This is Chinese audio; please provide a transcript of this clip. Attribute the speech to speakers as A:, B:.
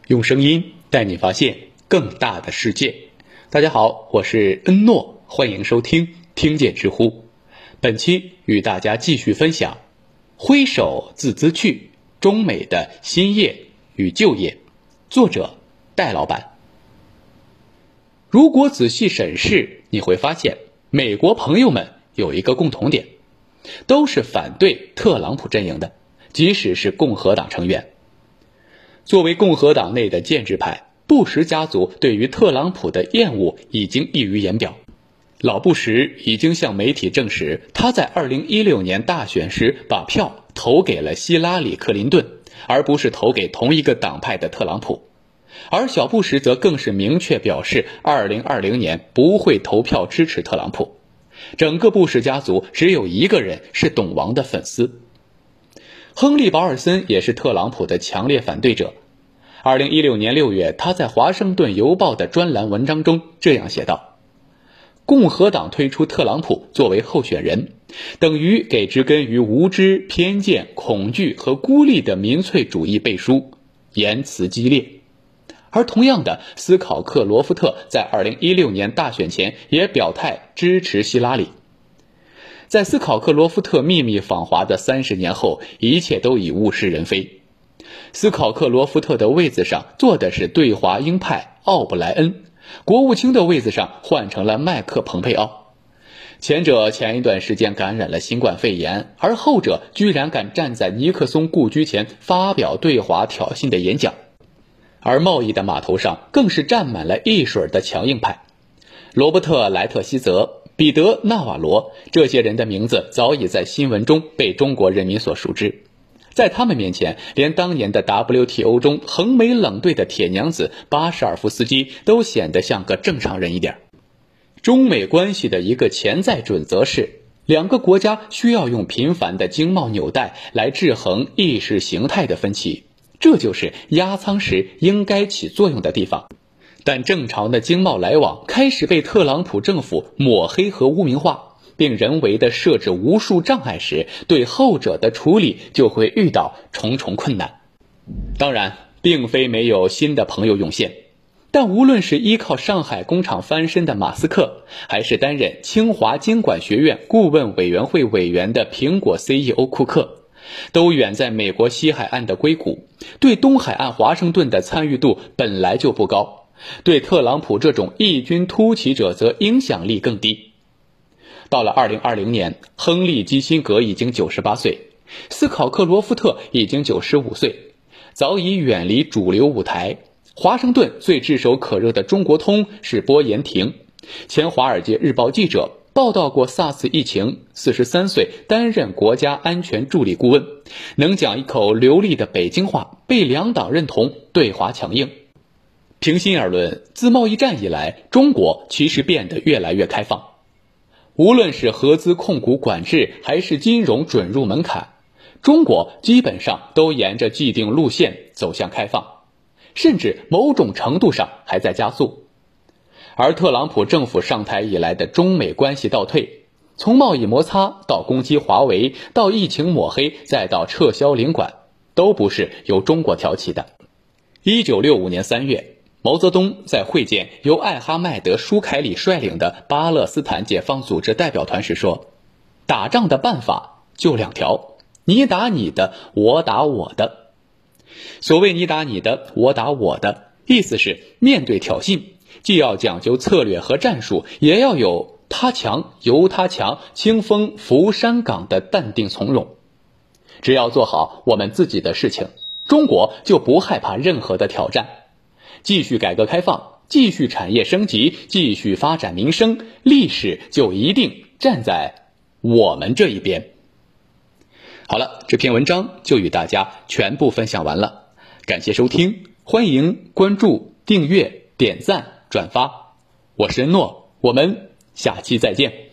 A: 用声音带你发现更大的世界。大家好，我是恩诺，欢迎收听听见知乎。本期与大家继续分享挥手自兹去，中美的新业与旧业，作者戴老板。如果仔细审视，你会发现美国朋友们有一个共同点，都是反对特朗普阵营的，即使是共和党成员。作为共和党内的建制派，布什家族对于特朗普的厌恶已经溢于言表。老布什已经向媒体证实，他在2016年大选时把票投给了希拉里·克林顿，而不是投给同一个党派的特朗普。而小布什则更是明确表示2020年不会投票支持特朗普。整个布什家族只有一个人是懂王的粉丝。亨利·保尔森也是特朗普的强烈反对者。2016年6月，他在《华盛顿邮报》的专栏文章中这样写道：共和党推出特朗普作为候选人，等于给植根于无知、偏见、恐惧和孤立的民粹主义背书，言辞激烈。而同样的，斯考克·罗夫特在2016年大选前也表态支持希拉里。在斯考克·罗夫特秘密访华的30年后，一切都已物是人非。斯考克·罗夫特的位子上坐的是对华鹰派奥布莱恩，国务卿的位子上换成了麦克·蓬佩奥。前者前一段时间感染了新冠肺炎，而后者居然敢站在尼克松故居前发表对华挑衅的演讲。而贸易的码头上更是站满了一水的强硬派。罗伯特·莱特希泽、彼得·纳瓦罗，这些人的名字早已在新闻中被中国人民所熟知。在他们面前，连当年的 WTO 中横眉冷对的铁娘子巴什尔夫斯基都显得像个正常人一点。中美关系的一个潜在准则是，两个国家需要用频繁的经贸纽带来制衡意识形态的分歧，这就是压舱石应该起作用的地方。但正常的经贸来往开始被特朗普政府抹黑和污名化，并人为地设置无数障碍时，对后者的处理就会遇到重重困难。当然，并非没有新的朋友涌现，但无论是依靠上海工厂翻身的马斯克，还是担任清华监管学院顾问委员会委员的苹果 CEO 库克，都远在美国西海岸的硅谷，对东海岸华盛顿的参与度本来就不高，对特朗普这种异军突起者则影响力更低。到了2020年，亨利·基辛格已经98岁，斯考克·罗夫特已经95岁，早已远离主流舞台。华盛顿最炙手可热的中国通是波延廷，前华尔街日报记者，报道过 SARS 疫情，43岁，担任国家安全助理顾问，能讲一口流利的北京话，被两党认同，对华强硬。平心而论，自贸易战以来，中国其实变得越来越开放。无论是合资控股管制还是金融准入门槛，中国基本上都沿着既定路线走向开放，甚至某种程度上还在加速。而特朗普政府上台以来的中美关系倒退，从贸易摩擦到攻击华为，到疫情抹黑，再到撤销领馆，都不是由中国挑起的。1965年3月，毛泽东在会见由艾哈迈德·舒凯里率领的巴勒斯坦解放组织代表团时说，打仗的办法就2条，你打你的，我打我的。所谓你打你的，我打我的，意思是面对挑衅，既要讲究策略和战术，也要有他强由他强，清风拂山岗的淡定从容。只要做好我们自己的事情，中国就不害怕任何的挑战。继续改革开放，继续产业升级，继续发展民生，历史就一定站在我们这一边。好了，这篇文章就与大家全部分享完了，感谢收听，欢迎关注、订阅、点赞、转发。我是恩诺，我们下期再见。